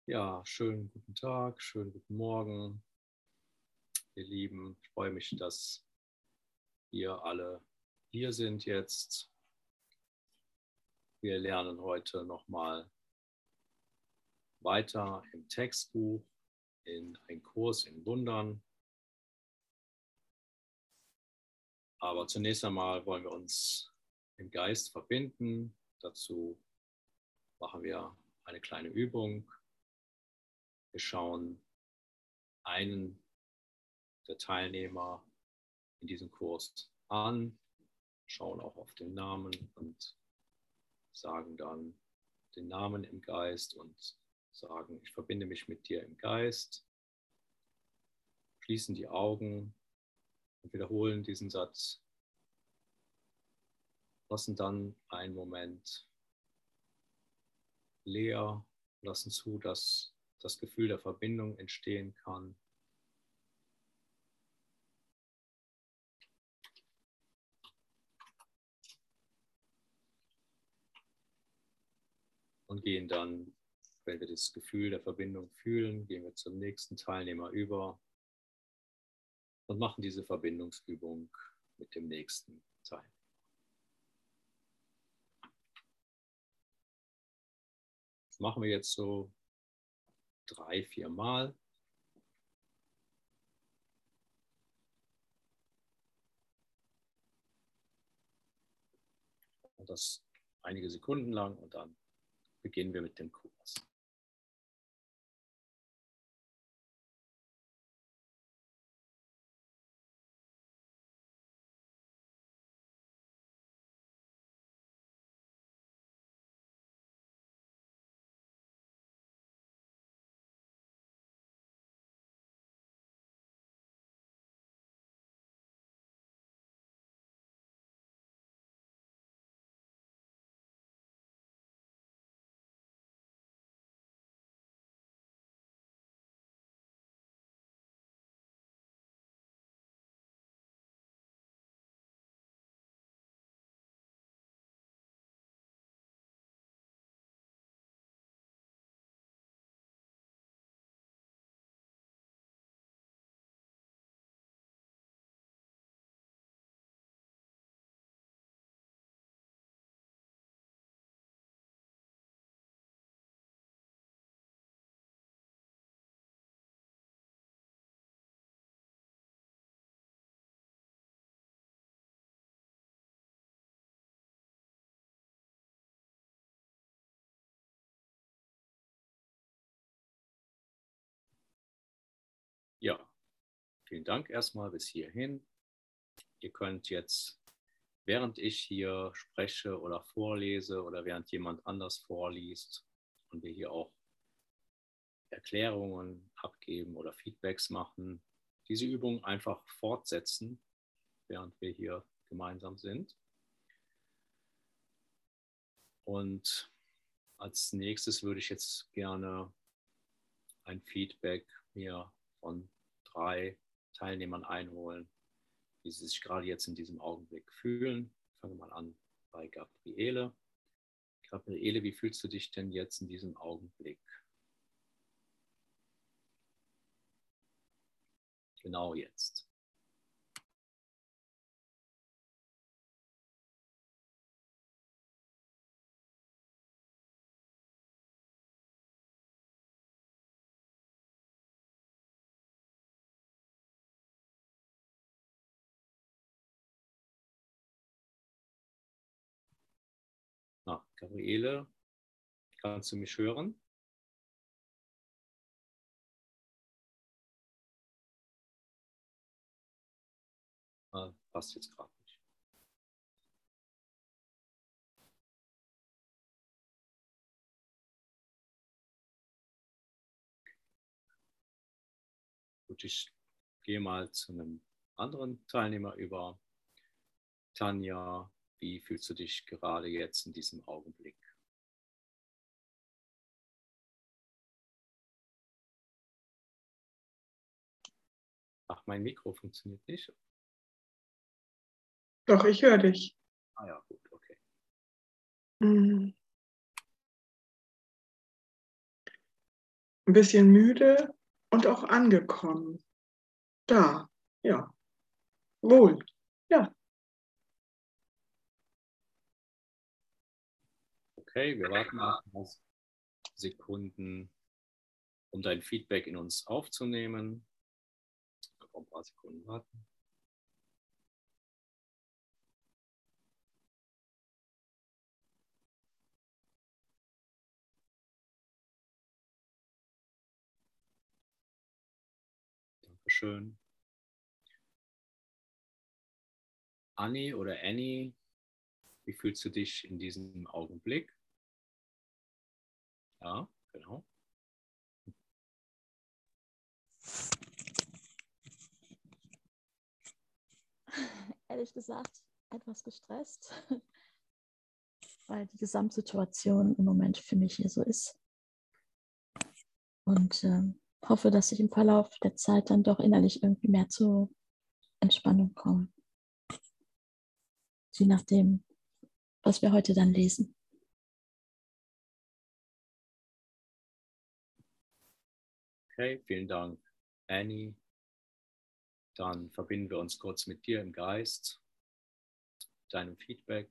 Ja, schönen guten Tag, schönen guten Morgen, ihr Lieben. Ich freue mich, dass ihr alle hier sind jetzt. Wir lernen heute nochmal weiter im Textbuch in einen Kurs in Wundern. Aber zunächst einmal wollen wir uns im Geist verbinden. Dazu machen wir eine kleine Übung. Wir schauen einen der Teilnehmer in diesem Kurs an, schauen auch auf den Namen und sagen dann den Namen im Geist und sagen, ich verbinde mich mit dir im Geist, schließen die Augen und wiederholen diesen Satz, lassen dann einen Moment leer, lassen zu, dass das Gefühl der Verbindung entstehen kann. Und gehen dann, wenn wir das Gefühl der Verbindung fühlen, gehen wir zum nächsten Teilnehmer über und machen diese Verbindungsübung mit dem nächsten Teil. Das machen wir jetzt so 3-4 Mal. Und das einige Sekunden lang und dann beginnen wir mit dem Kurs. Ja, vielen Dank erstmal bis hierhin. Ihr könnt jetzt, während ich hier spreche oder vorlese oder während jemand anders vorliest und wir hier auch Erklärungen abgeben oder Feedbacks machen, diese Übung einfach fortsetzen, während wir hier gemeinsam sind. Und als nächstes würde ich jetzt gerne ein Feedback mir von 3 Teilnehmern einholen, wie sie sich gerade jetzt in diesem Augenblick fühlen. Fangen wir mal an bei Gabriele. Gabriele, wie fühlst du dich denn jetzt in diesem Augenblick? Genau jetzt. Gabriele, kannst du mich hören? Passt jetzt gerade nicht. Gut, ich gehe mal zu einem anderen Teilnehmer über. Tanja, wie fühlst du dich gerade jetzt in diesem Augenblick? Ach, mein Mikro funktioniert nicht. Doch, ich höre dich. Ah ja, gut, okay. ein bisschen müde und auch angekommen. Da, ja, wohl, ja. Okay, wir warten noch ein paar Sekunden, um dein Feedback in uns aufzunehmen. Noch ein paar Sekunden warten. Dankeschön. Annie oder Annie, wie fühlst du dich in diesem Augenblick? Ja, genau. Ehrlich gesagt, etwas gestresst, weil die Gesamtsituation im Moment für mich hier so ist. Und hoffe, dass ich im Verlauf der Zeit dann doch innerlich irgendwie mehr zur Entspannung komme. Je nachdem, was wir heute dann lesen. Okay, vielen Dank, Annie. Dann verbinden wir uns kurz mit dir im Geist, deinem Feedback.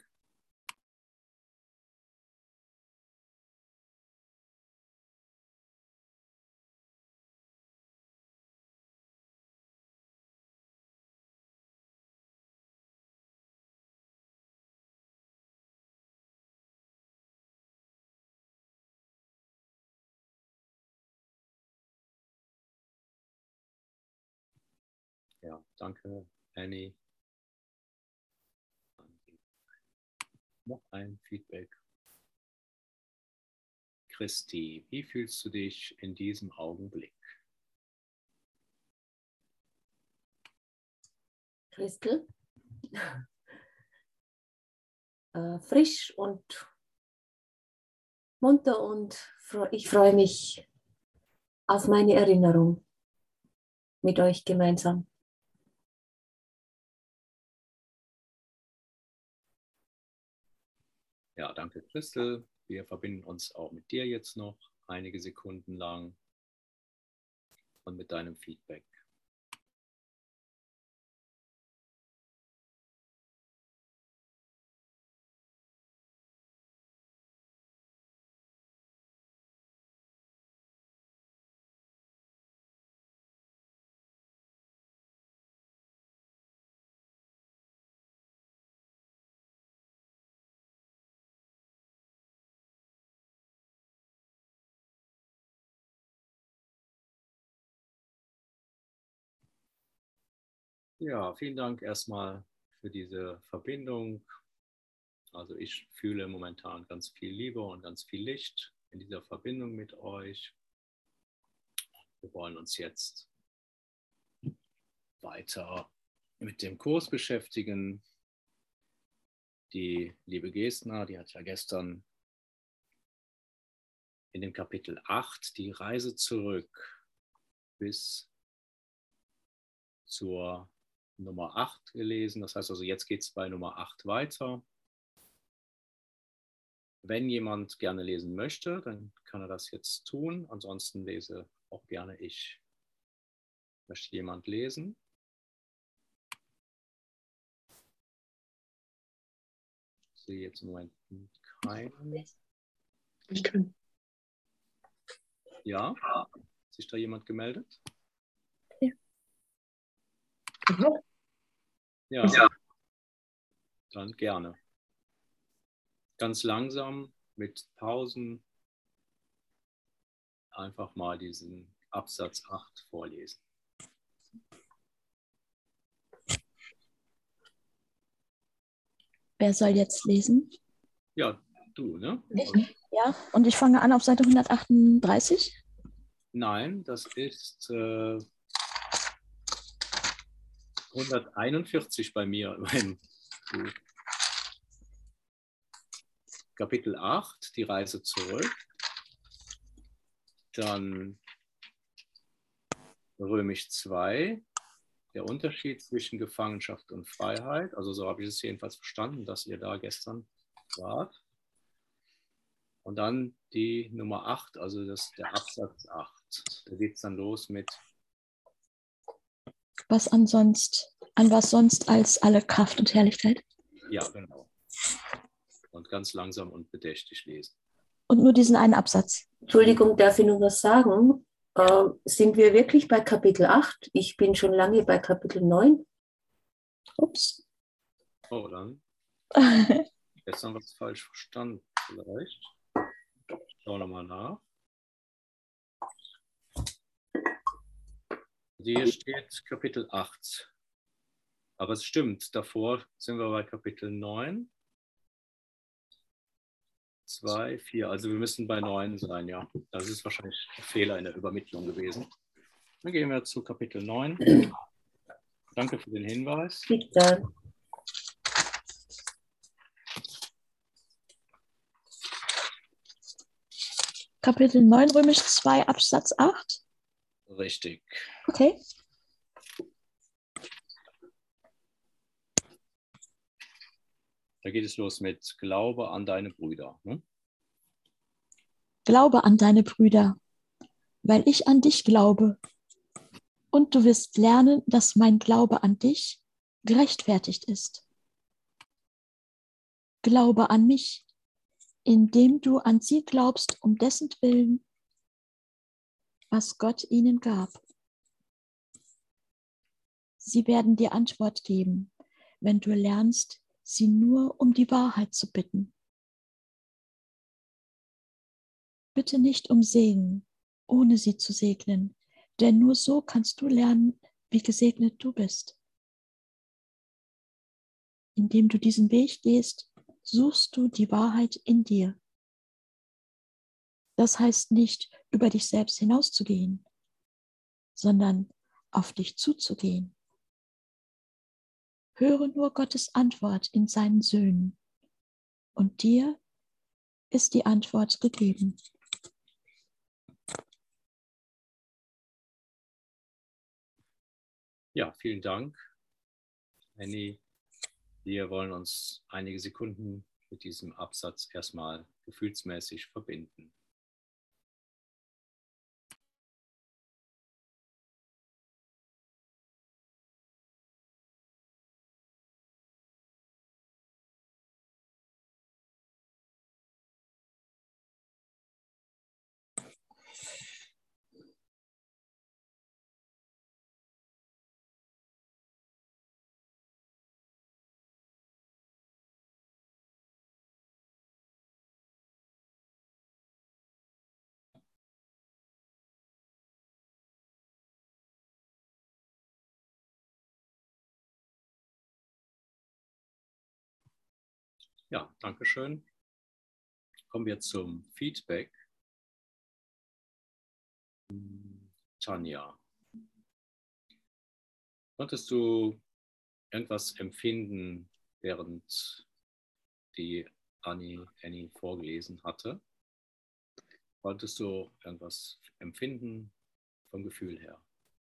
Ja, danke, Annie. Noch ein Feedback. Christi, wie fühlst du dich in diesem Augenblick? Christel, frisch und munter und ich freue mich auf meine Erinnerung mit euch gemeinsam. Ja, danke, Christel. Wir verbinden uns auch mit dir jetzt noch einige Sekunden lang und mit deinem Feedback. Ja, vielen Dank erstmal für diese Verbindung. Also ich fühle momentan ganz viel Liebe und ganz viel Licht in dieser Verbindung mit euch. Wir wollen uns jetzt weiter mit dem Kurs beschäftigen. Die liebe Gesna, die hat ja gestern in dem Kapitel 8 die Reise zurück bis zur Nummer 8 gelesen. Das heißt also, jetzt geht es bei Nummer 8 weiter. Wenn jemand gerne lesen möchte, dann kann er das jetzt tun. Ansonsten lese auch gerne ich. Möchte jemand lesen? Ich sehe jetzt im Moment keinen. Ich kann. Ja? Hat sich da jemand gemeldet? Aha. Ja. Dann gerne. Ganz langsam mit Pausen einfach mal diesen Absatz 8 vorlesen. Wer soll jetzt lesen? Ja, du, ne? Ja, und ich fange an auf Seite 138. Nein, das ist 141 bei mir. Kapitel 8, die Reise zurück. Dann Römisch 2, der Unterschied zwischen Gefangenschaft und Freiheit. Also so habe ich es jedenfalls verstanden, dass ihr da gestern wart. Und dann die Nummer 8, also der Absatz 8. Da geht es dann los mit an was sonst als alle Kraft und Herrlichkeit. ja, genau. Und ganz langsam und bedächtig lesen. Und nur diesen einen Absatz. Entschuldigung, darf ich noch was sagen? Sind wir wirklich bei Kapitel 8? Ich bin schon lange bei Kapitel 9. Ups. Oh, dann gestern was falsch verstanden vielleicht. Schauen wir mal nach. Hier steht Kapitel 8. Aber es stimmt, davor sind wir bei Kapitel 9. 2, 4, also wir müssen bei 9 sein, ja. Das ist wahrscheinlich ein Fehler in der Übermittlung gewesen. Dann gehen wir zu Kapitel 9. Danke für den Hinweis. Bitte. Kapitel 9, Römisch 2, Absatz 8. Richtig. Okay. Da geht es los mit Glaube an deine Brüder. Ne? Glaube an deine Brüder, weil ich an dich glaube. Und du wirst lernen, dass mein Glaube an dich gerechtfertigt ist. Glaube an mich, indem du an sie glaubst, um dessen Willen, was Gott ihnen gab. Sie werden dir Antwort geben, wenn du lernst, sie nur um die Wahrheit zu bitten. Bitte nicht um Segen, ohne sie zu segnen, denn nur so kannst du lernen, wie gesegnet du bist. Indem du diesen Weg gehst, suchst du die Wahrheit in dir. Das heißt nicht, über dich selbst hinauszugehen, sondern auf dich zuzugehen. Höre nur Gottes Antwort in seinen Söhnen, und dir ist die Antwort gegeben. Ja, vielen Dank, Annie. Wir wollen uns einige Sekunden mit diesem Absatz erstmal gefühlsmäßig verbinden. Ja, danke schön. Kommen wir zum Feedback. Tanja, konntest du irgendwas empfinden, während die Annie vorgelesen hatte? Konntest du irgendwas empfinden vom Gefühl her?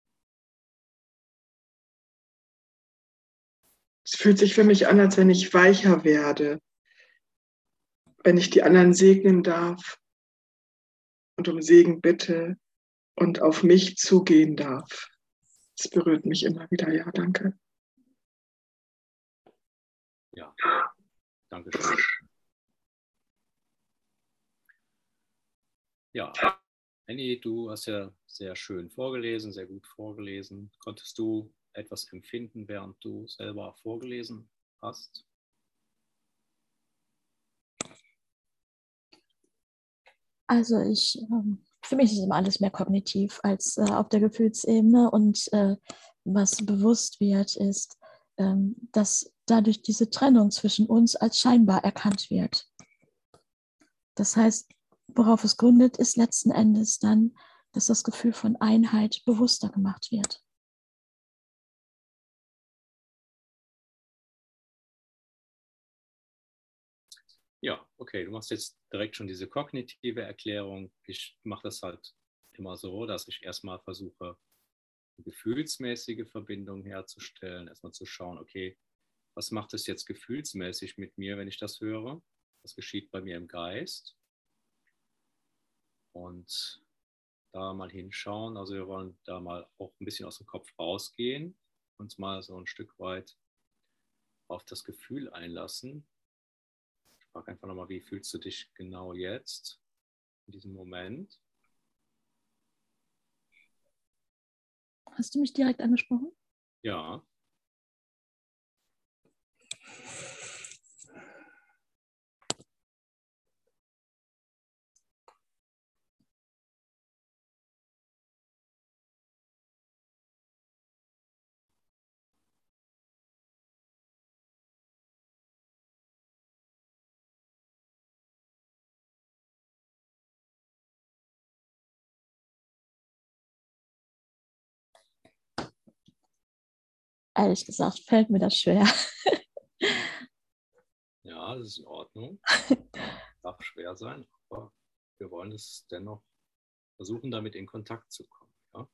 Es fühlt sich für mich an, als wenn ich weicher werde, wenn ich die anderen segnen darf und um Segen bitte und auf mich zugehen darf. Es berührt mich immer wieder. Ja, danke. Ja, danke schön. Ja, Annie, du hast ja sehr schön vorgelesen, sehr gut vorgelesen. Konntest du etwas empfinden, während du selber vorgelesen hast? Also für mich ist immer alles mehr kognitiv als auf der Gefühlsebene, und was bewusst wird, ist, dass dadurch diese Trennung zwischen uns als scheinbar erkannt wird. Das heißt, worauf es gründet, ist letzten Endes dann, dass das Gefühl von Einheit bewusster gemacht wird. Ja, okay, du machst jetzt direkt schon diese kognitive Erklärung. Ich mache das halt immer so, dass ich erstmal versuche, eine gefühlsmäßige Verbindung herzustellen, erstmal zu schauen, okay, was macht es jetzt gefühlsmäßig mit mir, wenn ich das höre? Was geschieht bei mir im Geist? und da mal hinschauen. Also wir wollen da mal auch ein bisschen aus dem Kopf rausgehen, uns mal so ein Stück weit auf das Gefühl einlassen. Ich frage einfach nochmal, wie fühlst du dich genau jetzt, in diesem Moment? Hast du mich direkt angesprochen? Ja. Ehrlich gesagt, fällt mir das schwer. Ja, das ist in Ordnung. Darf schwer sein, aber wir wollen es dennoch versuchen, damit in Kontakt zu kommen. Ja?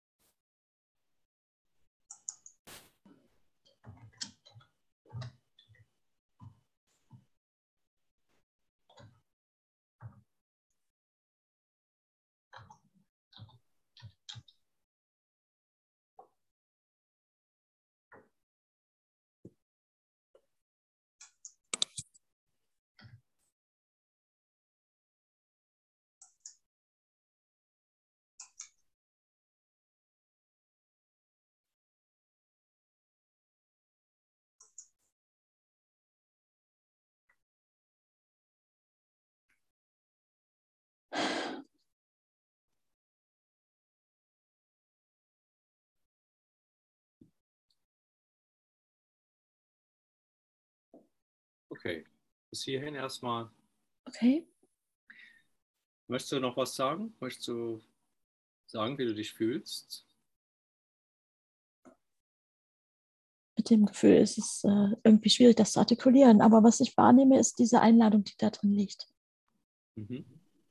Okay, bis hierhin erstmal. Okay. Möchtest du noch was sagen? Möchtest du sagen, wie du dich fühlst? Mit dem Gefühl ist es irgendwie schwierig, das zu artikulieren. Aber was ich wahrnehme, ist diese Einladung, die da drin liegt. Mhm.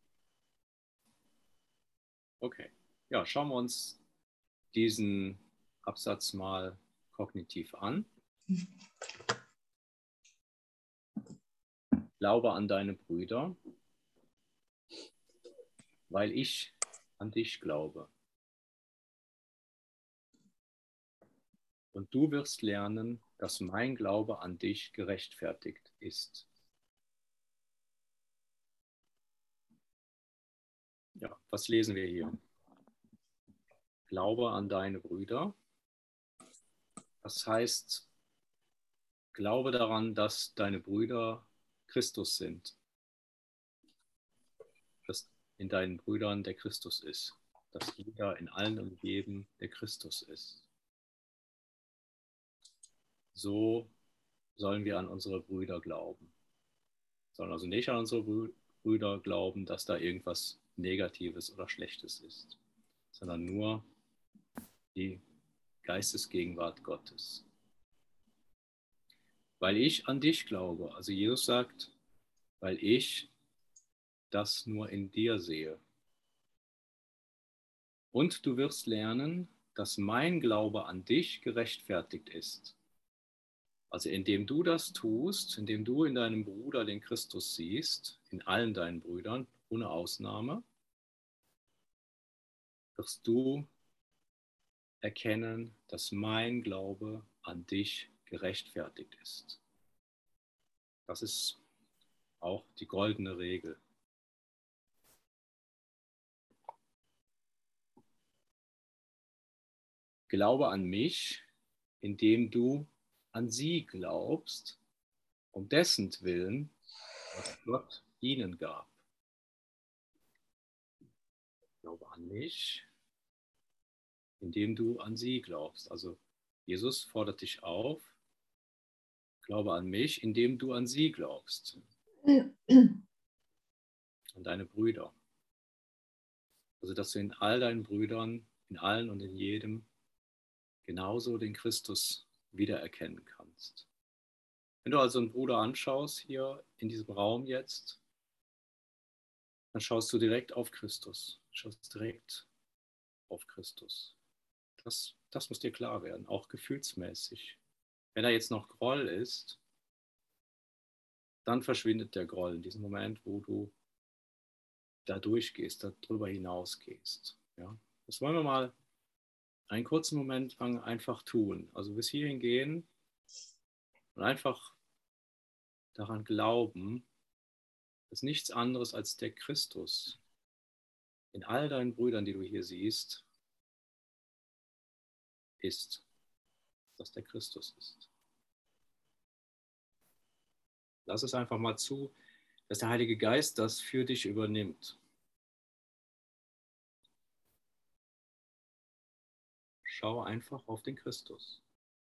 Okay, ja, schauen wir uns diesen Absatz mal kognitiv an. Glaube an deine Brüder, weil ich an dich glaube. Und du wirst lernen, dass mein Glaube an dich gerechtfertigt ist. Ja, was lesen wir hier? Glaube an deine Brüder. Das heißt, glaube daran, dass deine Brüder Christus sind. Dass in deinen Brüdern der Christus ist. Dass jeder in allen und jedem der Christus ist. So sollen wir an unsere Brüder glauben. Sollen also nicht an unsere Brüder glauben, dass da irgendwas Negatives oder Schlechtes ist, sondern nur die Geistesgegenwart Gottes. Weil ich an dich glaube, also Jesus sagt, weil ich das nur in dir sehe. Und du wirst lernen, dass mein Glaube an dich gerechtfertigt ist. Also indem du das tust, indem du in deinem Bruder den Christus siehst, in allen deinen Brüdern, ohne Ausnahme, wirst du erkennen, dass mein Glaube an dich gerechtfertigt ist. Das ist auch die goldene Regel. Glaube an mich, indem du an sie glaubst, um dessen Willen, was Gott ihnen gab. Glaube an mich, indem du an sie glaubst. Also Jesus fordert dich auf, glaube an mich, indem du an sie glaubst. An deine Brüder. Also dass du in all deinen Brüdern, in allen und in jedem genauso den Christus wiedererkennen kannst. Wenn du also einen Bruder anschaust hier in diesem Raum jetzt, dann schaust du direkt auf Christus. Schaust direkt auf Christus. Das muss dir klar werden, auch gefühlsmäßig. Wenn da jetzt noch Groll ist, dann verschwindet der Groll in diesem Moment, wo du da durchgehst, darüber hinausgehst. Ja? Das wollen wir mal einen kurzen Moment lang einfach tun. Also bis hierhin gehen und einfach daran glauben, dass nichts anderes als der Christus in all deinen Brüdern, die du hier siehst, ist, dass der Christus ist. Lass es einfach mal zu, dass der Heilige Geist das für dich übernimmt. Schau einfach auf den Christus.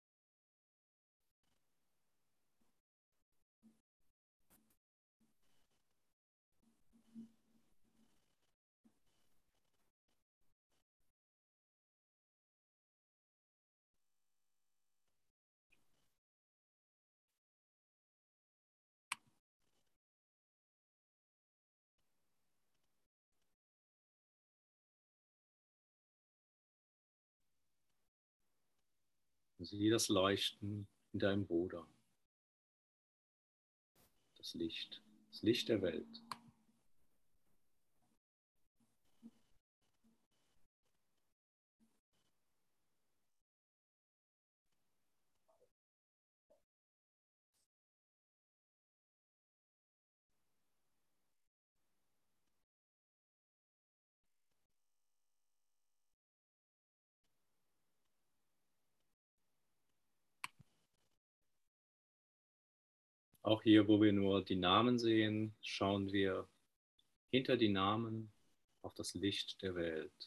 Sieh das Leuchten in deinem Bruder. Das Licht der Welt. Auch hier, wo wir nur die Namen sehen, schauen wir hinter die Namen auf das Licht der Welt.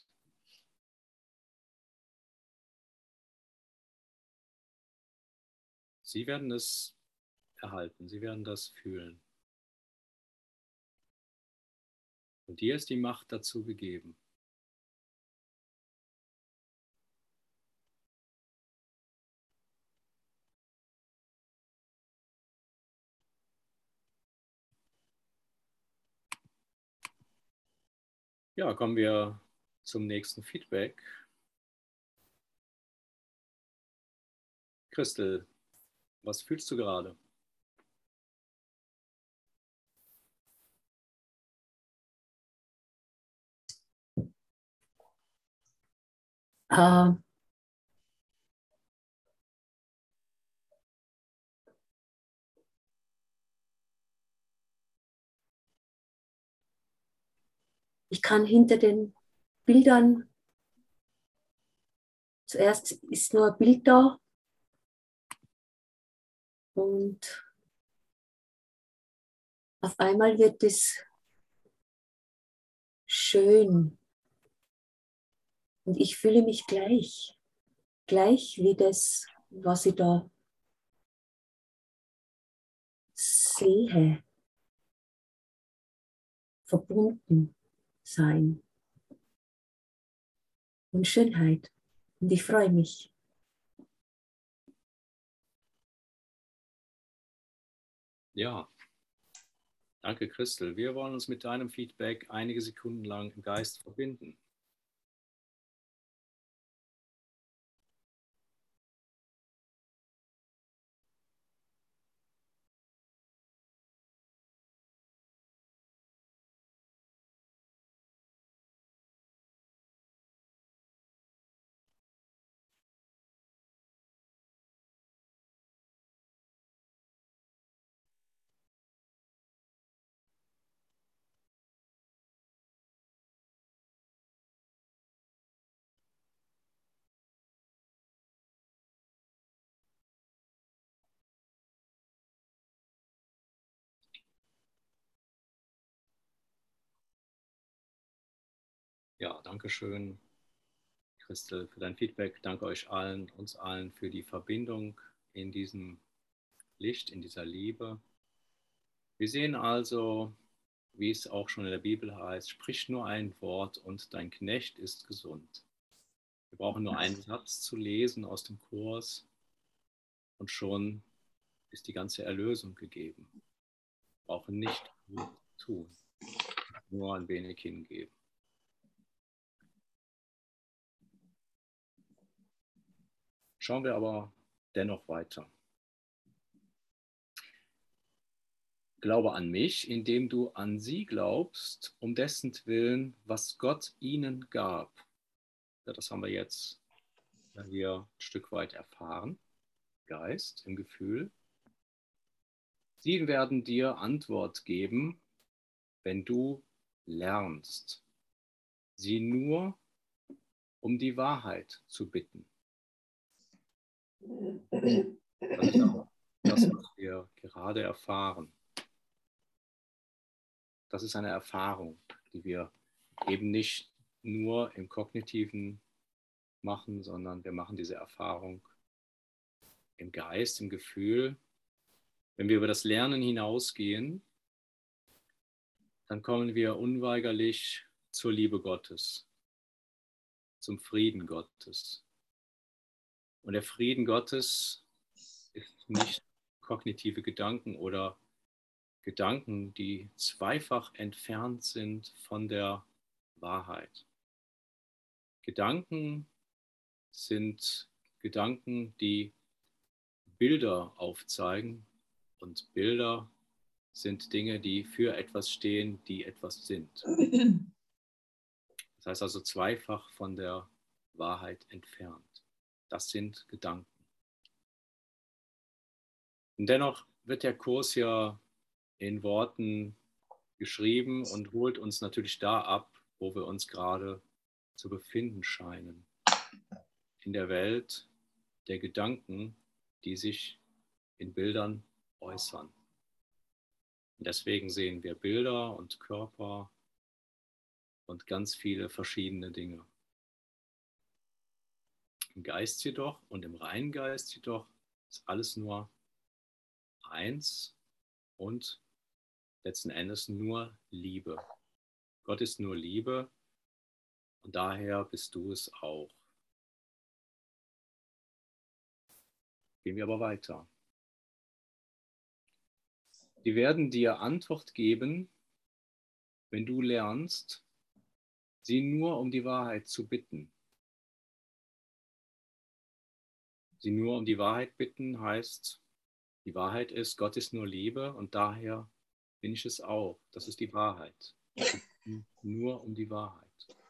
Sie werden es erhalten, sie werden das fühlen. Und dir ist die Macht dazu gegeben. Ja, kommen wir zum nächsten Feedback. Christel, was fühlst du gerade? Äh, ich kann hinter den Bildern, zuerst ist nur ein Bild da und auf einmal wird es schön und ich fühle mich gleich wie das, was ich da sehe, verbunden sein und Schönheit. Und ich freue mich. Ja, danke Christel. Wir wollen uns mit deinem Feedback einige Sekunden lang im Geist verbinden. Ja, danke schön, Christel, für dein Feedback. Danke euch allen, uns allen für die Verbindung in diesem Licht, in dieser Liebe. Wir sehen also, wie es auch schon in der Bibel heißt, sprich nur ein Wort und dein Knecht ist gesund. Wir brauchen nur einen Satz zu lesen aus dem Kurs und schon ist die ganze Erlösung gegeben. Wir brauchen nicht viel tun, nur ein wenig hingeben. Schauen wir aber dennoch weiter. Glaube an mich, indem du an sie glaubst, um dessen Willen, was Gott ihnen gab. Ja, das haben wir jetzt hier ein Stück weit erfahren. Geist, im Gefühl. Sie werden dir Antwort geben, wenn du lernst, sie nur um die Wahrheit zu bitten. Das ist auch das, was wir gerade erfahren. Das ist eine Erfahrung, die wir eben nicht nur im Kognitiven machen, sondern wir machen diese Erfahrung im Geist, im Gefühl. Wenn wir über das Lernen hinausgehen, dann kommen wir unweigerlich zur Liebe Gottes, zum Frieden Gottes. Und der Frieden Gottes ist nicht kognitive Gedanken oder Gedanken, die zweifach entfernt sind von der Wahrheit. Gedanken sind Gedanken, die Bilder aufzeigen, und Bilder sind Dinge, die für etwas stehen, die etwas sind. Das heißt also zweifach von der Wahrheit entfernt. Das sind Gedanken. Und dennoch wird der Kurs ja in Worten geschrieben und holt uns natürlich da ab, wo wir uns gerade zu befinden scheinen. In der Welt der Gedanken, die sich in Bildern äußern. Und deswegen sehen wir Bilder und Körper und ganz viele verschiedene Dinge. Im Geist jedoch und im reinen Geist jedoch ist alles nur eins und letzten Endes nur Liebe. Gott ist nur Liebe und daher bist du es auch. Gehen wir aber weiter. Die werden dir Antwort geben, wenn du lernst, sie nur um die Wahrheit zu bitten. Sie nur um die Wahrheit bitten heißt, die Wahrheit ist, Gott ist nur Liebe und daher bin ich es auch. Das ist die Wahrheit. Nur um die Wahrheit.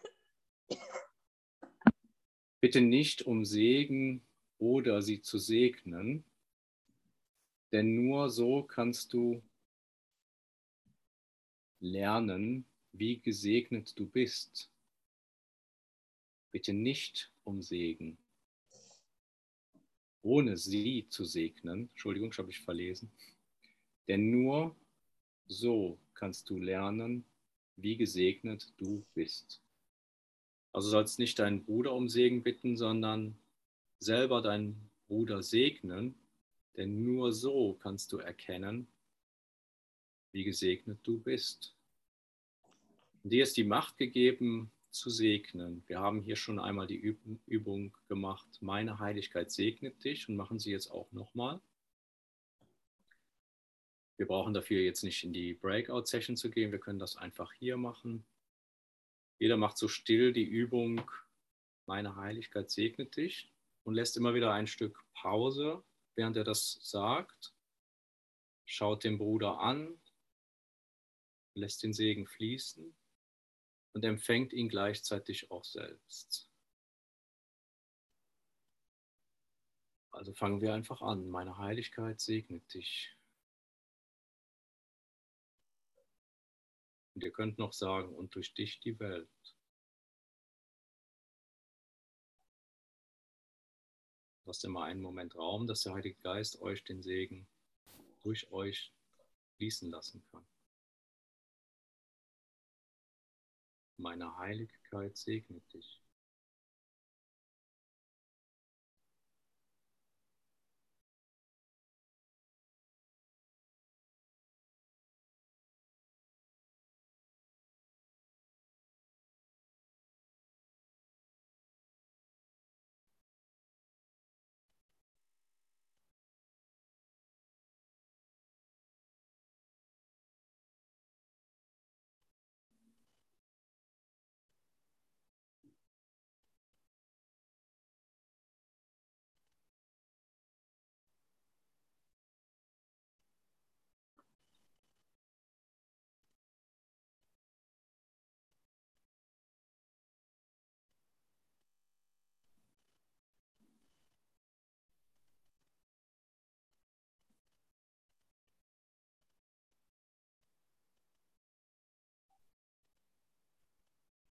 Bitte nicht um Segen oder sie zu segnen, denn nur so kannst du lernen, wie gesegnet du bist. Bitte nicht um Segen, ohne sie zu segnen. Entschuldigung, das habe ich verlesen. Denn nur so kannst du lernen, wie gesegnet du bist. Also sollst nicht deinen Bruder um Segen bitten, sondern selber deinen Bruder segnen, denn nur so kannst du erkennen, wie gesegnet du bist. Und dir ist die Macht gegeben, zu segnen. Wir haben hier schon einmal die Übung gemacht, meine Heiligkeit segnet dich, und machen sie jetzt auch nochmal. Wir brauchen dafür jetzt nicht in die Breakout-Session zu gehen, wir können das einfach hier machen. Jeder macht so still die Übung, meine Heiligkeit segnet dich, und lässt immer wieder ein Stück Pause, während er das sagt. Schaut den Bruder an, lässt den Segen fließen und empfängt ihn gleichzeitig auch selbst. Also fangen wir einfach an. Meine Heiligkeit segnet dich. Und ihr könnt noch sagen, und durch dich die Welt. Lasst immer einen Moment Raum, dass der Heilige Geist euch den Segen durch euch fließen lassen kann. Meine Heiligkeit segnet dich.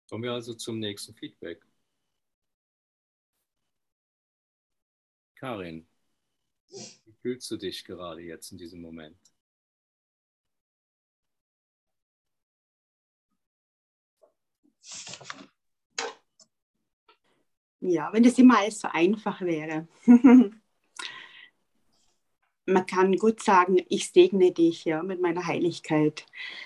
Kommen wir also zum nächsten Feedback. Karin, wie fühlst du dich gerade jetzt in diesem Moment? Ja, wenn das immer alles so einfach wäre. Man kann gut sagen, ich segne dich, ja, mit meiner Heiligkeit.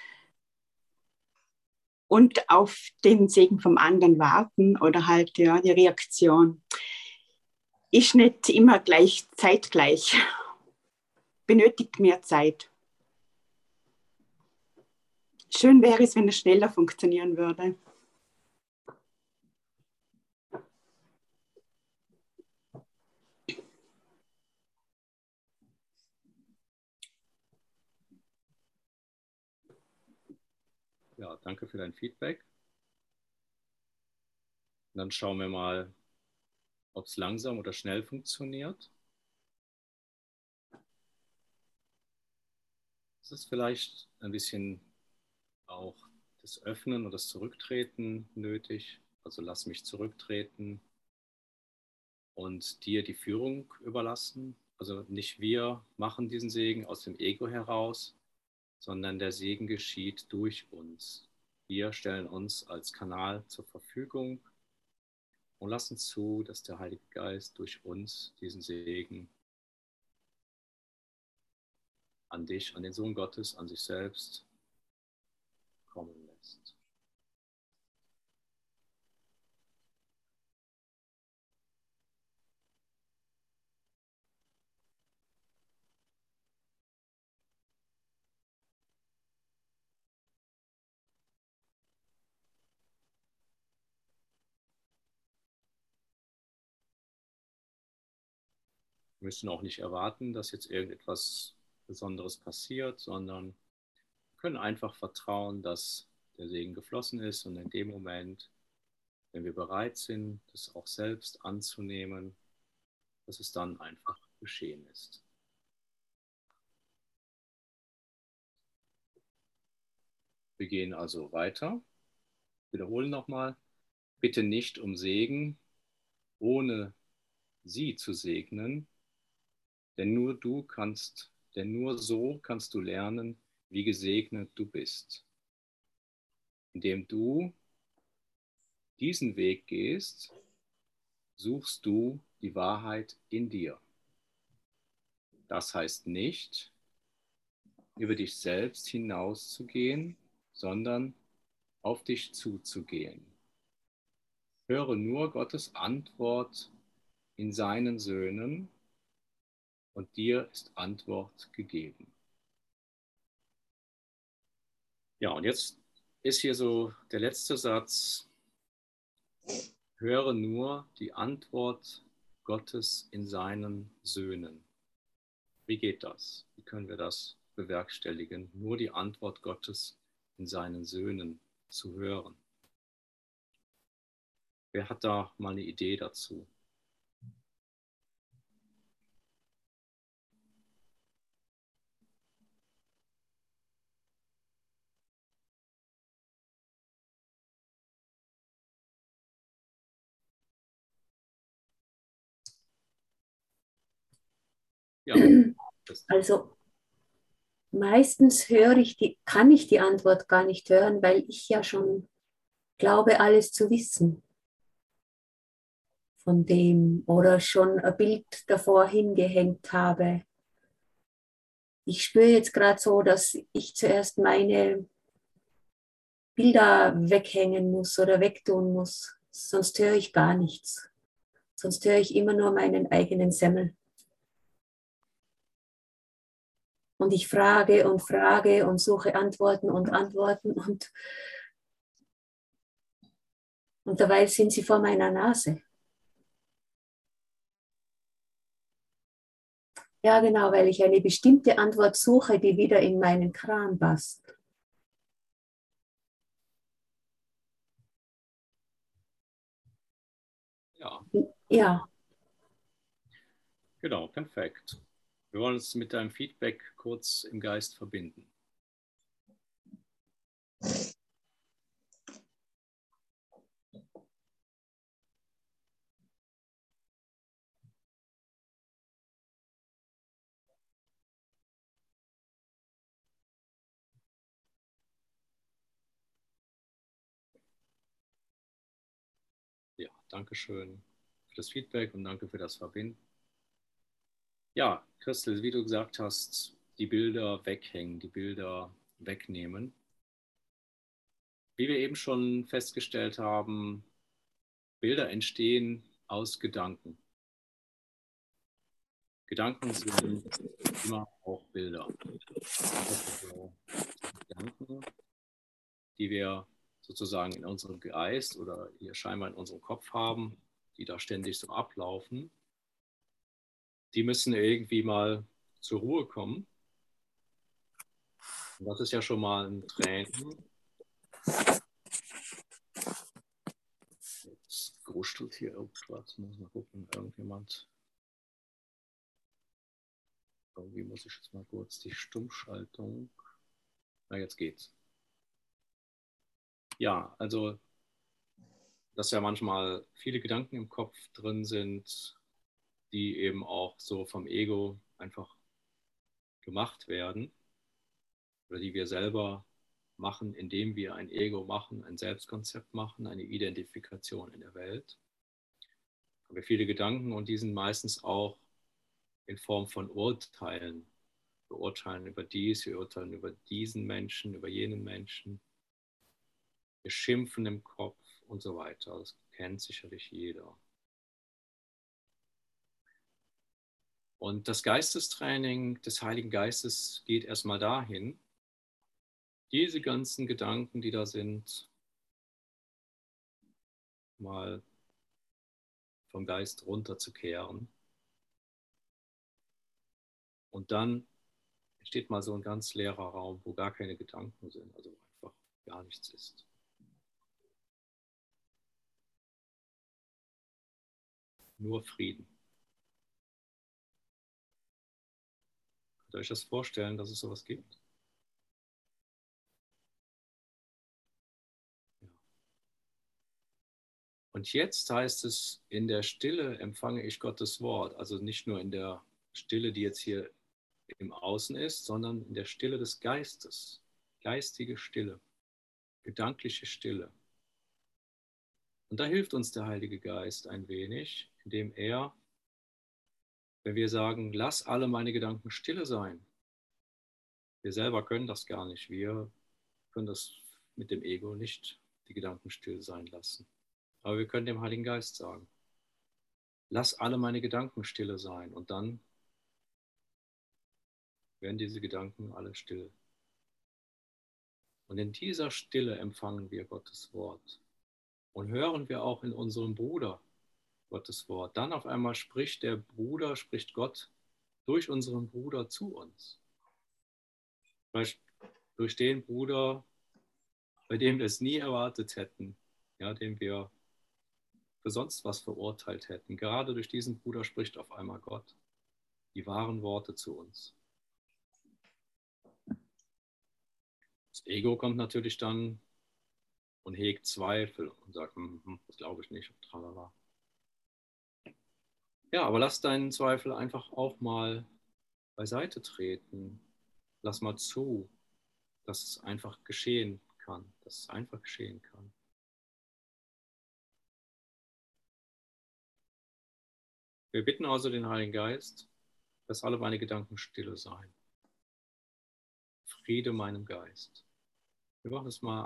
Und auf den Segen vom anderen warten oder halt ja, die Reaktion. Ist nicht immer gleich zeitgleich. Benötigt mehr Zeit. Schön wäre es, wenn es schneller funktionieren würde. Ja, danke für dein Feedback. Und dann schauen wir mal, ob es langsam oder schnell funktioniert. Es ist vielleicht ein bisschen auch das Öffnen und das Zurücktreten nötig. Also lass mich zurücktreten und dir die Führung überlassen. Also nicht wir machen diesen Segen aus dem Ego heraus, sondern der Segen geschieht durch uns. Wir stellen uns als Kanal zur Verfügung und lassen zu, dass der Heilige Geist durch uns diesen Segen an dich, an den Sohn Gottes, an sich selbst kommen lässt. Wir müssen auch nicht erwarten, dass jetzt irgendetwas Besonderes passiert, sondern können einfach vertrauen, dass der Segen geflossen ist und in dem Moment, wenn wir bereit sind, das auch selbst anzunehmen, dass es dann einfach geschehen ist. Wir gehen also weiter. Wiederholen nochmal. Bitte nicht um Segen, ohne sie zu segnen, denn nur so kannst du lernen, wie gesegnet du bist. Indem du diesen Weg gehst, suchst du die Wahrheit in dir. Das heißt nicht, über dich selbst hinauszugehen, sondern auf dich zuzugehen. Höre nur Gottes Antwort in seinen Söhnen und dir ist Antwort gegeben. Ja, und jetzt ist hier so der letzte Satz. Höre nur die Antwort Gottes in seinen Söhnen. Wie geht das? Wie können wir das bewerkstelligen? Nur die Antwort Gottes in seinen Söhnen zu hören. Wer hat da mal eine Idee dazu? Ja. Also meistens kann ich die Antwort gar nicht hören, weil ich ja schon glaube, alles zu wissen von dem oder schon ein Bild davor hingehängt habe. Ich spüre jetzt gerade so, dass ich zuerst meine Bilder weghängen muss oder wegtun muss, sonst höre ich gar nichts. Sonst höre ich immer nur meinen eigenen Semmel. Und ich frage und suche Antworten und dabei sind sie vor meiner Nase. Ja, genau, weil ich eine bestimmte Antwort suche, die wieder in meinen Kram passt. Ja. Ja. Genau, perfekt. Wir wollen uns mit deinem Feedback kurz im Geist verbinden. Dankeschön für das Feedback und danke für das Verbinden. Ja, Christel, wie du gesagt hast, die Bilder weghängen, die Bilder wegnehmen. Wie wir eben schon festgestellt haben, Bilder entstehen aus Gedanken. Gedanken sind immer auch Bilder. Also Gedanken, die wir sozusagen in unserem Geist oder hier scheinbar in unserem Kopf haben, die da ständig so ablaufen, die müssen irgendwie mal zur Ruhe kommen. Und das ist ja schon mal ein Training. Jetzt gruschelt hier irgendwas. Muss mal gucken, irgendjemand. Irgendwie muss ich jetzt mal kurz die Stummschaltung. Na, jetzt geht's. Ja, also, dass ja manchmal viele Gedanken im Kopf drin sind, die eben auch so vom Ego einfach gemacht werden oder die wir selber machen, indem wir ein Ego machen, ein Selbstkonzept machen, eine Identifikation in der Welt. Haben wir viele Gedanken und die sind meistens auch in Form von Urteilen. Wir urteilen über dies, wir urteilen über diesen Menschen, über jenen Menschen. Wir schimpfen im Kopf und so weiter. Das kennt sicherlich jeder. Und das Geistestraining des Heiligen Geistes geht erstmal dahin, diese ganzen Gedanken, die da sind, mal vom Geist runterzukehren. Und dann entsteht mal so ein ganz leerer Raum, wo gar keine Gedanken sind, also einfach gar nichts ist. Nur Frieden. Könnt ihr euch das vorstellen, dass es sowas gibt? Ja. Und jetzt heißt es, in der Stille empfange ich Gottes Wort. Also nicht nur in der Stille, die jetzt hier im Außen ist, sondern in der Stille des Geistes. Geistige Stille, gedankliche Stille. Und da hilft uns der Heilige Geist ein wenig, indem er, wenn wir sagen, lass alle meine Gedanken stille sein. Wir selber können das gar nicht. Wir können das mit dem Ego nicht, die Gedanken still sein lassen. Aber wir können dem Heiligen Geist sagen, lass alle meine Gedanken stille sein. Und dann werden diese Gedanken alle still. Und in dieser Stille empfangen wir Gottes Wort. Und hören wir auch in unserem Bruder Gottes Wort. Dann auf einmal spricht der Bruder, spricht Gott durch unseren Bruder zu uns. Durch den Bruder, bei dem wir es nie erwartet hätten, ja, den wir für sonst was verurteilt hätten. Gerade durch diesen Bruder spricht auf einmal Gott die wahren Worte zu uns. Das Ego kommt natürlich dann und hegt Zweifel und sagt, das glaube ich nicht, tralala. Ja, aber lass deinen Zweifel einfach auch mal beiseite treten. Lass mal zu, dass es einfach geschehen kann, dass es einfach geschehen kann. Wir bitten also den Heiligen Geist, dass alle meine Gedanken stille seien. Friede meinem Geist. Wir machen es mal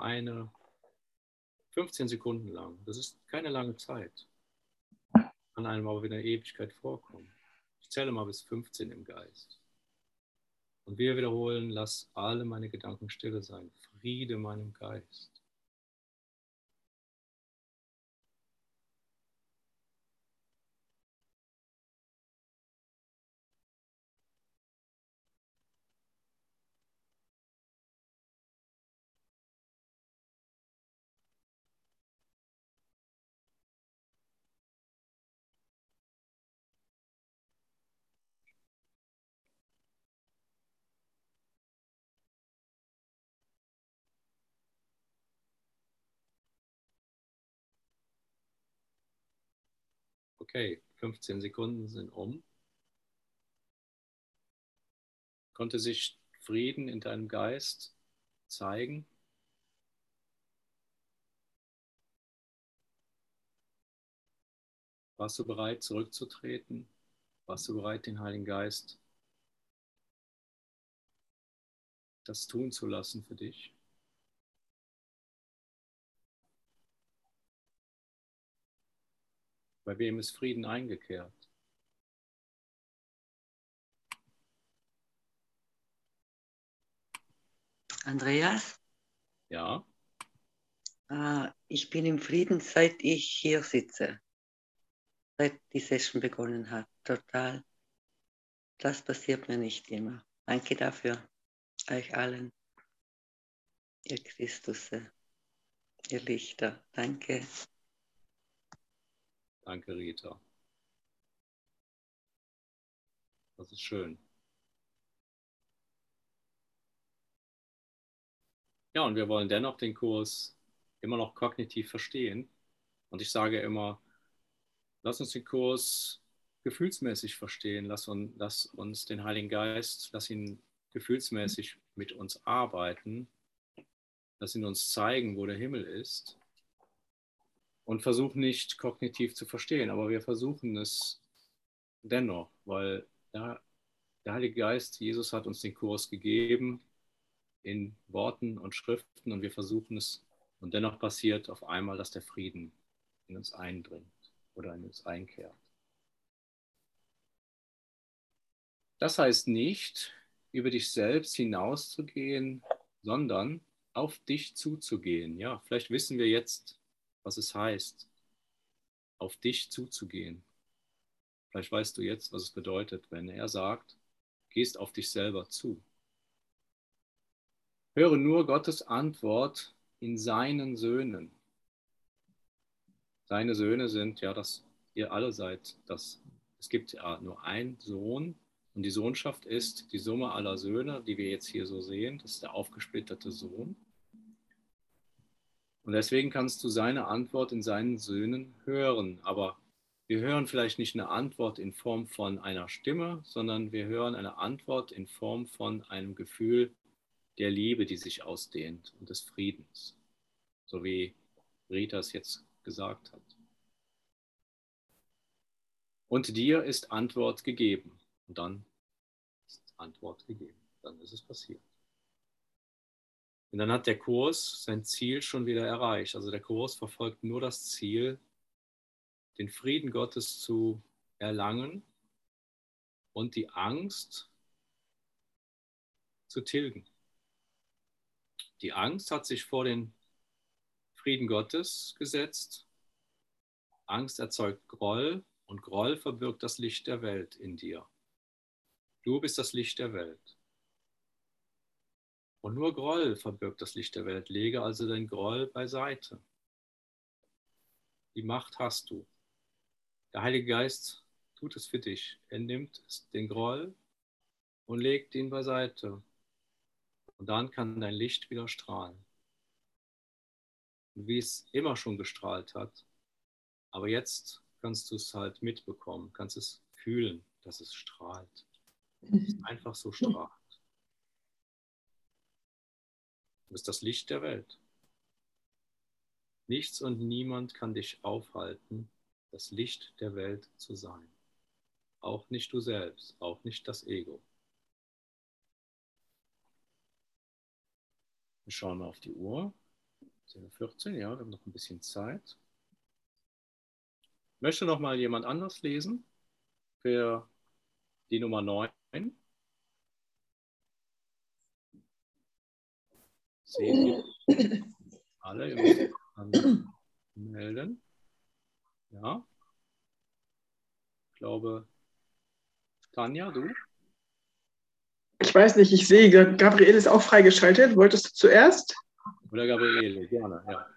15 Sekunden lang. Das ist keine lange Zeit. Kann einem aber wie eine Ewigkeit vorkommen. Ich zähle mal bis 15 im Geist. Und wir wiederholen, lass alle meine Gedanken stille sein. Friede meinem Geist. Okay, 15 Sekunden sind um. Konnte sich Frieden in deinem Geist zeigen? Warst du bereit, zurückzutreten? Warst du bereit, den Heiligen Geist das tun zu lassen für dich? Bei wem ist Frieden eingekehrt? Andreas, Ja, ich bin im Frieden, seit ich hier sitze, seit die Session begonnen hat. Total. Das passiert mir nicht immer. Danke dafür, euch allen, ihr Christusse, ihr Lichter. Danke. danke, Rita. Das ist schön. Ja, und wir wollen dennoch den Kurs immer noch kognitiv verstehen. Und ich sage immer, lass uns den Kurs gefühlsmäßig verstehen. Lass uns den Heiligen Geist, lass ihn gefühlsmäßig mit uns arbeiten. Lass ihn uns zeigen, wo der Himmel ist. Und versuch nicht kognitiv zu verstehen, aber wir versuchen es dennoch, weil der Heilige Geist, Jesus hat uns den Kurs gegeben in Worten und Schriften und wir versuchen es und dennoch passiert auf einmal, dass der Frieden in uns eindringt oder in uns einkehrt. Das heißt nicht, über dich selbst hinauszugehen, sondern auf dich zuzugehen. Ja, vielleicht wissen wir jetzt, was es heißt, auf dich zuzugehen. Vielleicht weißt du jetzt, was es bedeutet, wenn er sagt, gehst auf dich selber zu. Höre nur Gottes Antwort in seinen Söhnen. Seine Söhne sind ja, dass ihr alle seid. Es gibt ja nur einen Sohn und die Sohnschaft ist die Summe aller Söhne, die wir jetzt hier so sehen. Das ist der aufgesplitterte Sohn. Und deswegen kannst du seine Antwort in seinen Söhnen hören. Aber wir hören vielleicht nicht eine Antwort in Form von einer Stimme, sondern wir hören eine Antwort in Form von einem Gefühl der Liebe, die sich ausdehnt und des Friedens. So wie Rita es jetzt gesagt hat. Und dir ist Antwort gegeben. Und dann ist Antwort gegeben. Dann ist es passiert. Und dann hat der Kurs sein Ziel schon wieder erreicht. Also der Kurs verfolgt nur das Ziel, den Frieden Gottes zu erlangen und die Angst zu tilgen. Die Angst hat sich vor den Frieden Gottes gesetzt. Angst erzeugt Groll und Groll verbirgt das Licht der Welt in dir. Du bist das Licht der Welt. Und nur Groll verbirgt das Licht der Welt. Lege also den Groll beiseite. Die Macht hast du. Der Heilige Geist tut es für dich. Er nimmt den Groll und legt ihn beiseite. Und dann kann dein Licht wieder strahlen. Und wie es immer schon gestrahlt hat. Aber jetzt kannst du es halt mitbekommen, kannst es fühlen, dass es strahlt. Dass es einfach so strahlt. Du bist das Licht der Welt. Nichts und niemand kann dich aufhalten, das Licht der Welt zu sein. Auch nicht du selbst, auch nicht das Ego. Wir schauen mal auf die Uhr. 10:14 Uhr, ja, wir haben noch ein bisschen Zeit. Möchte noch mal jemand anders lesen für die Nummer 9? Seht ihr alle? Ihr müsst dann melden. Ja. Ich glaube, Tanja, du? Ich weiß nicht, ich sehe, Gabriele ist auch freigeschaltet. Wolltest du zuerst? Oder Gabriele, gerne, ja.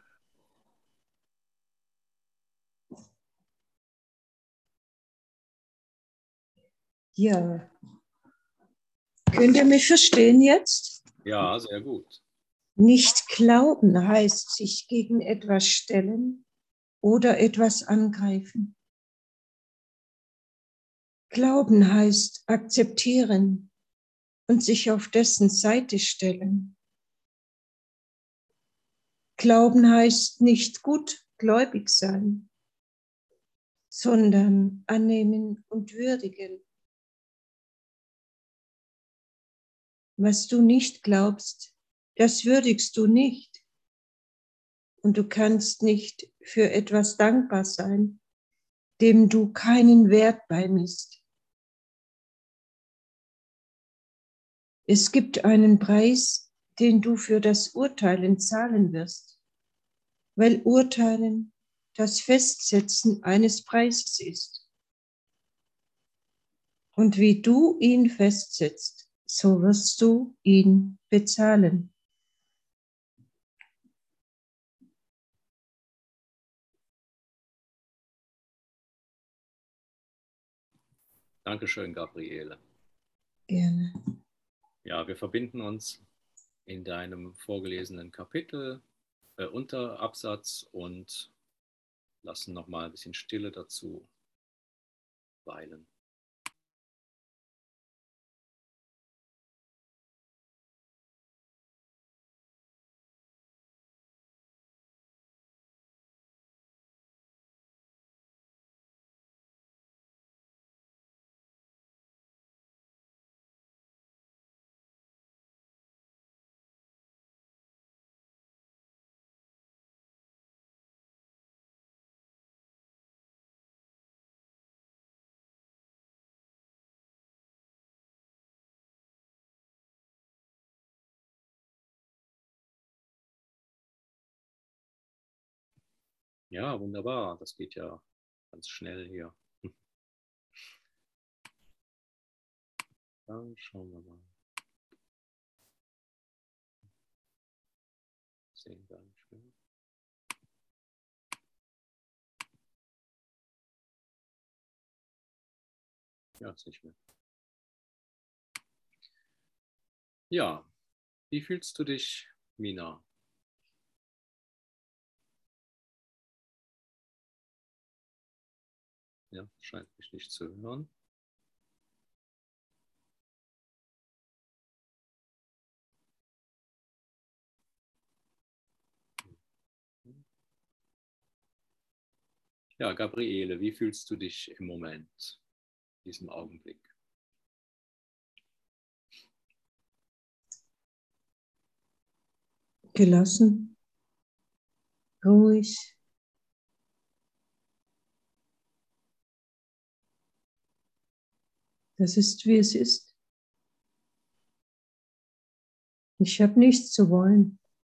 Ja. Könnt ihr mich verstehen jetzt? Ja, sehr gut. Nicht glauben heißt sich gegen etwas stellen oder etwas angreifen. Glauben heißt akzeptieren und sich auf dessen Seite stellen. Glauben heißt nicht gutgläubig sein, sondern annehmen und würdigen. Was du nicht glaubst, das würdigst du nicht. Und du kannst nicht für etwas dankbar sein, dem du keinen Wert beimisst. Es gibt einen Preis, den du für das Urteilen zahlen wirst, weil Urteilen das Festsetzen eines Preises ist. Und wie du ihn festsetzt, so wirst du ihn bezahlen. Dankeschön, Gabriele. Gerne. Ja, wir verbinden uns in deinem vorgelesenen Kapitel, Unterabsatz, und lassen nochmal ein bisschen Stille dazu weilen. Ja, wunderbar. Das geht ja ganz schnell hier. Dann schauen wir mal. Sehen gar nicht mehr. Ja, ist nicht mehr. Ja, wie fühlst du dich, Mina? Ja, scheint mich nicht zu hören. Ja, Gabriele, wie fühlst du dich im Moment, in diesem Augenblick? Gelassen, ruhig. Das ist, wie es ist. Ich habe nichts zu wollen.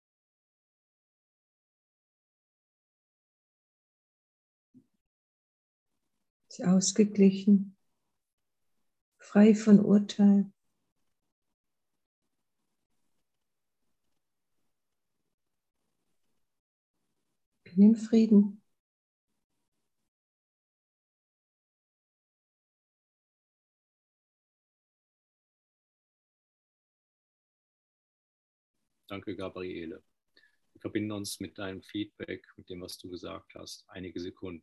Ist ausgeglichen, frei von Urteil. Bin im Frieden. Danke, Gabriele. Wir verbinden uns mit deinem Feedback, mit dem, was du gesagt hast, einige Sekunden.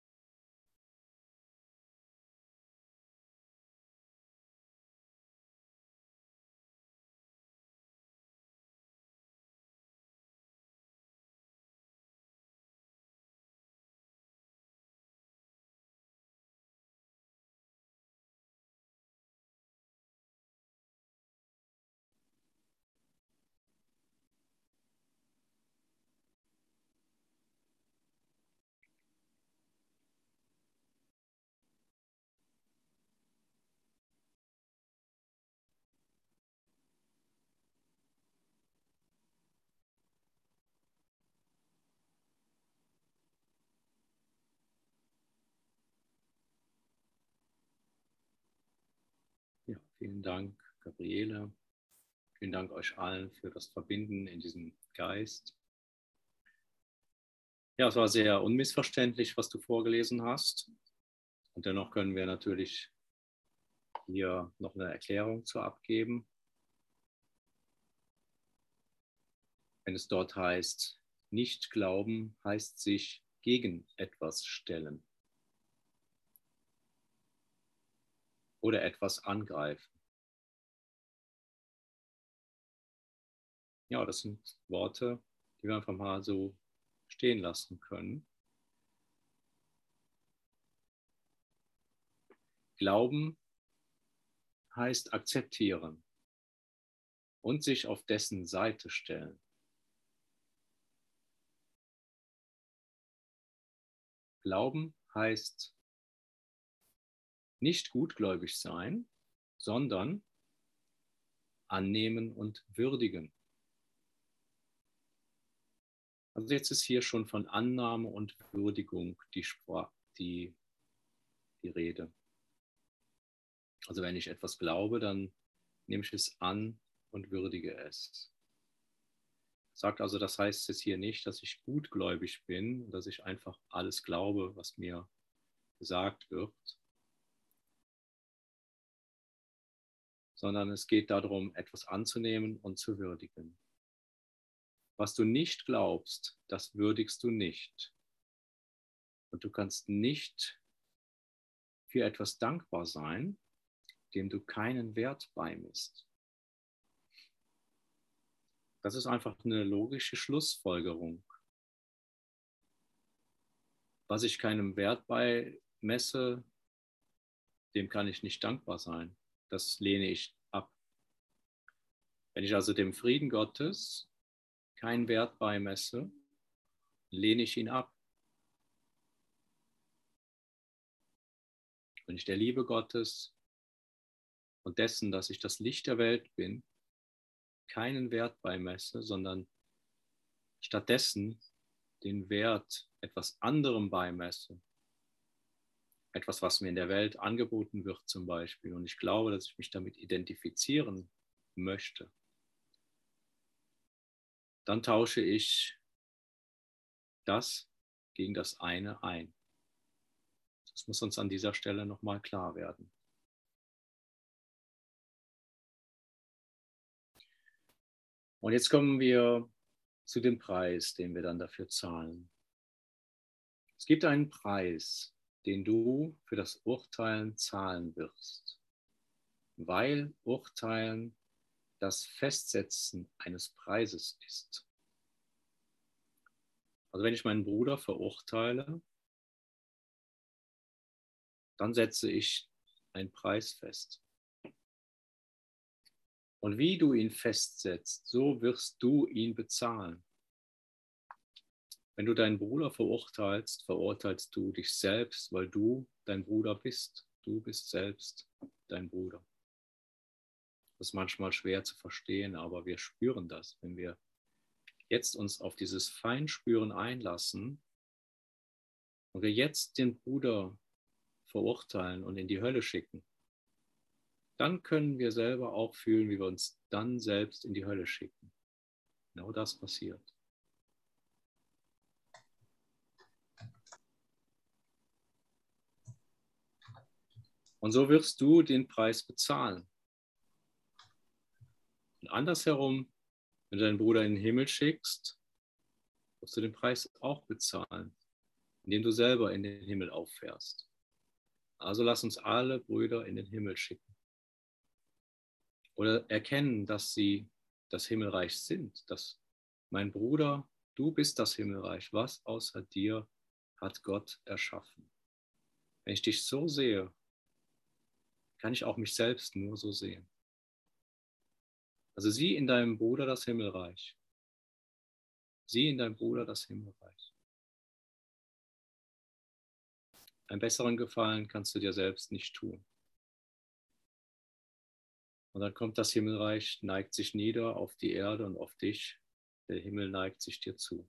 Ja, vielen Dank, Gabriele. Vielen Dank euch allen für das Verbinden in diesem Geist. Ja, es war sehr unmissverständlich, was du vorgelesen hast. Und dennoch können wir natürlich hier noch eine Erklärung zu abgeben. Wenn es dort heißt, nicht glauben, heißt sich gegen etwas stellen oder etwas angreifen. Ja, das sind Worte, die wir einfach mal so stehen lassen können. Glauben heißt akzeptieren und sich auf dessen Seite stellen. Glauben heißt nicht gutgläubig sein, sondern annehmen und würdigen. Also jetzt ist hier schon von Annahme und Würdigung die Rede. Also wenn ich etwas glaube, dann nehme ich es an und würdige es. Sagt also, das heißt jetzt hier nicht, dass ich gutgläubig bin, dass ich einfach alles glaube, was mir gesagt wird, sondern es geht darum, etwas anzunehmen und zu würdigen. Was du nicht glaubst, das würdigst du nicht. Und du kannst nicht für etwas dankbar sein, dem du keinen Wert beimisst. Das ist einfach eine logische Schlussfolgerung. Was ich keinem Wert beimesse, dem kann ich nicht dankbar sein. Das lehne ich ab. Wenn ich also dem Frieden Gottes keinen Wert beimesse, lehne ich ihn ab. Wenn ich der Liebe Gottes und dessen, dass ich das Licht der Welt bin, keinen Wert beimesse, sondern stattdessen den Wert etwas anderem beimesse, etwas, was mir in der Welt angeboten wird zum Beispiel, und ich glaube, dass ich mich damit identifizieren möchte, dann tausche ich das gegen das eine ein. Das muss uns an dieser Stelle nochmal klar werden. Und jetzt kommen wir zu dem Preis, den wir dann dafür zahlen. Es gibt einen Preis, den du für das Urteilen zahlen wirst, weil Urteilen das Festsetzen eines Preises ist. Also wenn ich meinen Bruder verurteile, dann setze ich einen Preis fest. Und wie du ihn festsetzt, so wirst du ihn bezahlen. Wenn du deinen Bruder verurteilst, verurteilst du dich selbst, weil du dein Bruder bist. Du bist selbst dein Bruder. Das ist manchmal schwer zu verstehen, aber wir spüren das. Wenn wir jetzt uns auf dieses Feinspüren einlassen und wir jetzt den Bruder verurteilen und in die Hölle schicken, dann können wir selber auch fühlen, wie wir uns dann selbst in die Hölle schicken. Genau das passiert. Und so wirst du den Preis bezahlen. Und andersherum, wenn du deinen Bruder in den Himmel schickst, wirst du den Preis auch bezahlen, indem du selber in den Himmel auffährst. Also lass uns alle Brüder in den Himmel schicken. Oder erkennen, dass sie das Himmelreich sind. Dass mein Bruder, du bist das Himmelreich. Was außer dir hat Gott erschaffen? Wenn ich dich so sehe, kann ich auch mich selbst nur so sehen. Also sieh in deinem Bruder das Himmelreich. Sieh in deinem Bruder das Himmelreich. Einen besseren Gefallen kannst du dir selbst nicht tun. Und dann kommt das Himmelreich, neigt sich nieder auf die Erde und auf dich. Der Himmel neigt sich dir zu.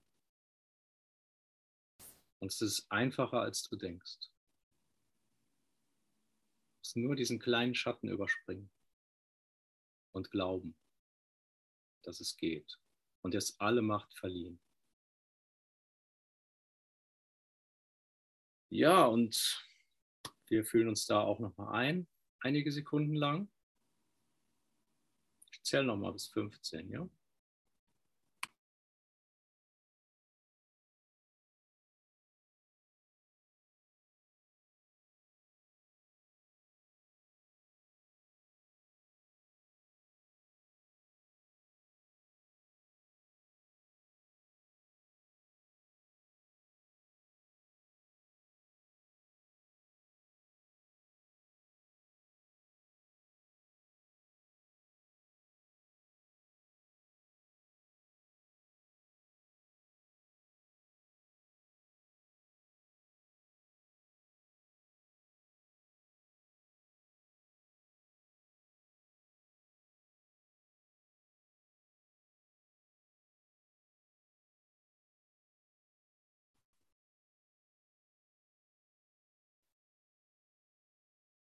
Und es ist einfacher, als du denkst. Du musst nur diesen kleinen Schatten überspringen und glauben, dass es geht. Und dir ist alle Macht verliehen. Ja, und wir fühlen uns da auch nochmal ein, einige Sekunden lang. Ich zähle nochmal bis 15, ja?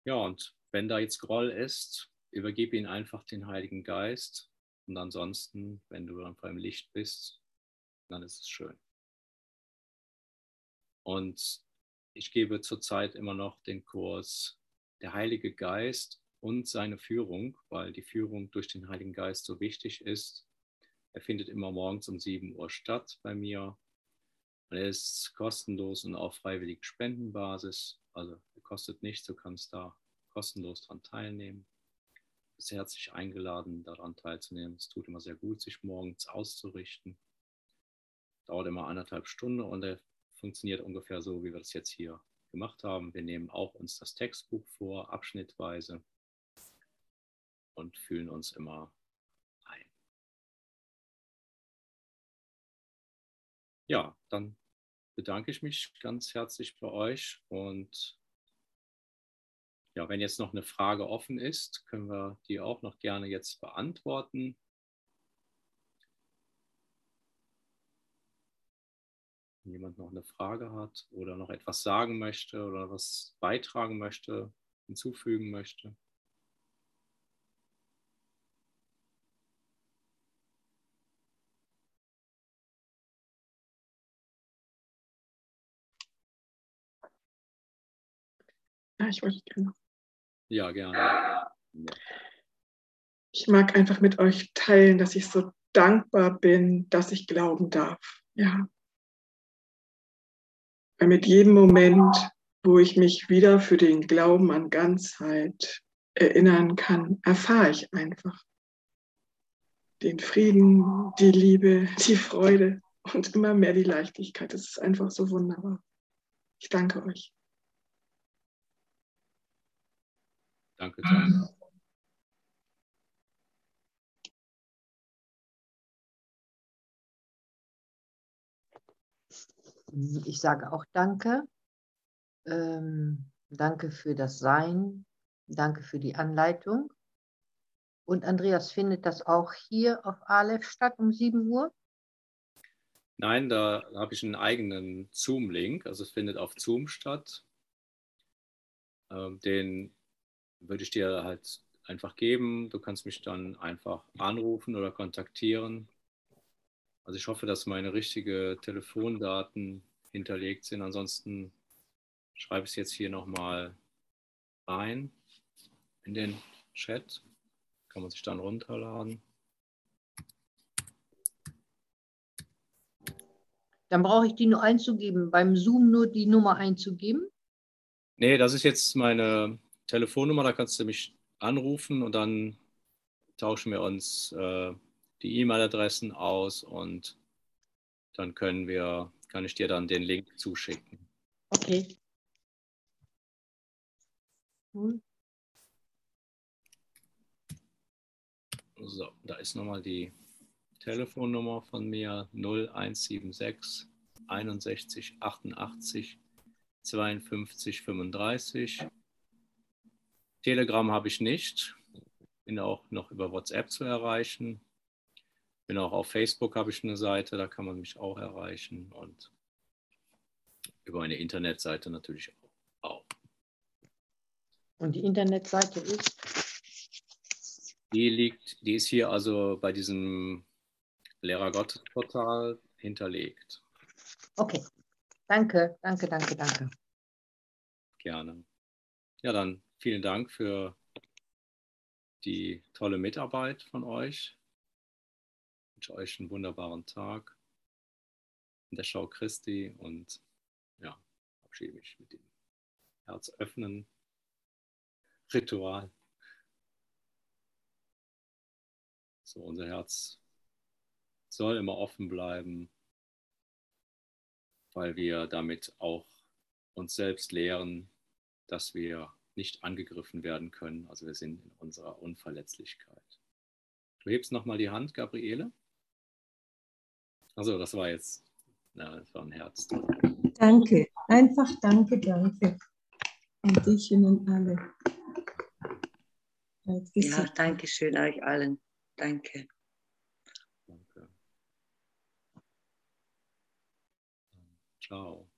Ja, und wenn da jetzt Groll ist, übergebe ihn einfach den Heiligen Geist. Und ansonsten, wenn du dann vor dem Licht bist, dann ist es schön. Und ich gebe zurzeit immer noch den Kurs Der Heilige Geist und seine Führung, weil die Führung durch den Heiligen Geist so wichtig ist. Er findet immer morgens um 7 Uhr statt bei mir. Und er ist kostenlos und auf freiwillige Spendenbasis. Also er kostet nichts, du kannst da kostenlos daran teilnehmen. Du bist herzlich eingeladen, daran teilzunehmen. Es tut immer sehr gut, sich morgens auszurichten. Dauert immer 1,5 Stunden und er funktioniert ungefähr so, wie wir das jetzt hier gemacht haben. Wir nehmen auch uns das Textbuch vor, abschnittweise, und fühlen uns immer ein. Ja, dann bedanke ich mich ganz herzlich bei euch und ja, wenn jetzt noch eine Frage offen ist, können wir die auch noch gerne jetzt beantworten. Wenn jemand noch eine Frage hat oder noch etwas sagen möchte oder was beitragen möchte, hinzufügen möchte. Ja, ich wollte gerne. Ja, gerne. Ich mag einfach mit euch teilen, dass ich so dankbar bin, dass ich glauben darf. Ja. Weil mit jedem Moment, wo ich mich wieder für den Glauben an Ganzheit erinnern kann, erfahre ich einfach den Frieden, die Liebe, die Freude und immer mehr die Leichtigkeit. Das ist einfach so wunderbar. Ich danke euch. Danke, Tanja. Ich sage auch danke. Danke für das Sein. Danke für die Anleitung. Und Andreas, findet das auch hier auf Aleph statt um 7 Uhr? Nein, da habe ich einen eigenen Zoom-Link. Also es findet auf Zoom statt. Den würde ich dir halt einfach geben. Du kannst mich dann einfach anrufen oder kontaktieren. Also ich hoffe, dass meine richtigen Telefondaten hinterlegt sind. Ansonsten schreibe ich es jetzt hier nochmal rein in den Chat. Kann man sich dann runterladen. Dann brauche ich die nur einzugeben, beim Zoom nur die Nummer einzugeben? Nee, das ist jetzt meine Telefonnummer, da kannst du mich anrufen und dann tauschen wir uns die E-Mail-Adressen aus und dann kann ich dir dann den Link zuschicken. Okay. So, da ist nochmal die Telefonnummer von mir 0176 61 88 52 35. Telegram habe ich nicht. Bin auch noch über WhatsApp zu erreichen. Bin auch auf Facebook, habe ich eine Seite, da kann man mich auch erreichen und über eine Internetseite natürlich auch. Und die Internetseite ist? Die ist hier also bei diesem Lehrer-Gott-Portal hinterlegt. Okay, danke. Gerne. Ja, dann vielen Dank für die tolle Mitarbeit von euch. Ich wünsche euch einen wunderbaren Tag in der Schau Christi und ja, verabschiede mich mit dem Herzöffnen Ritual. So, unser Herz soll immer offen bleiben, weil wir damit auch uns selbst lehren, dass wir nicht angegriffen werden können. Also wir sind in unserer Unverletzlichkeit. Du hebst nochmal die Hand, Gabriele. Also das war jetzt, das war ein Herz. Danke, einfach danke. An dich und an alle. Ja, danke schön euch allen. Danke. Danke. Ciao.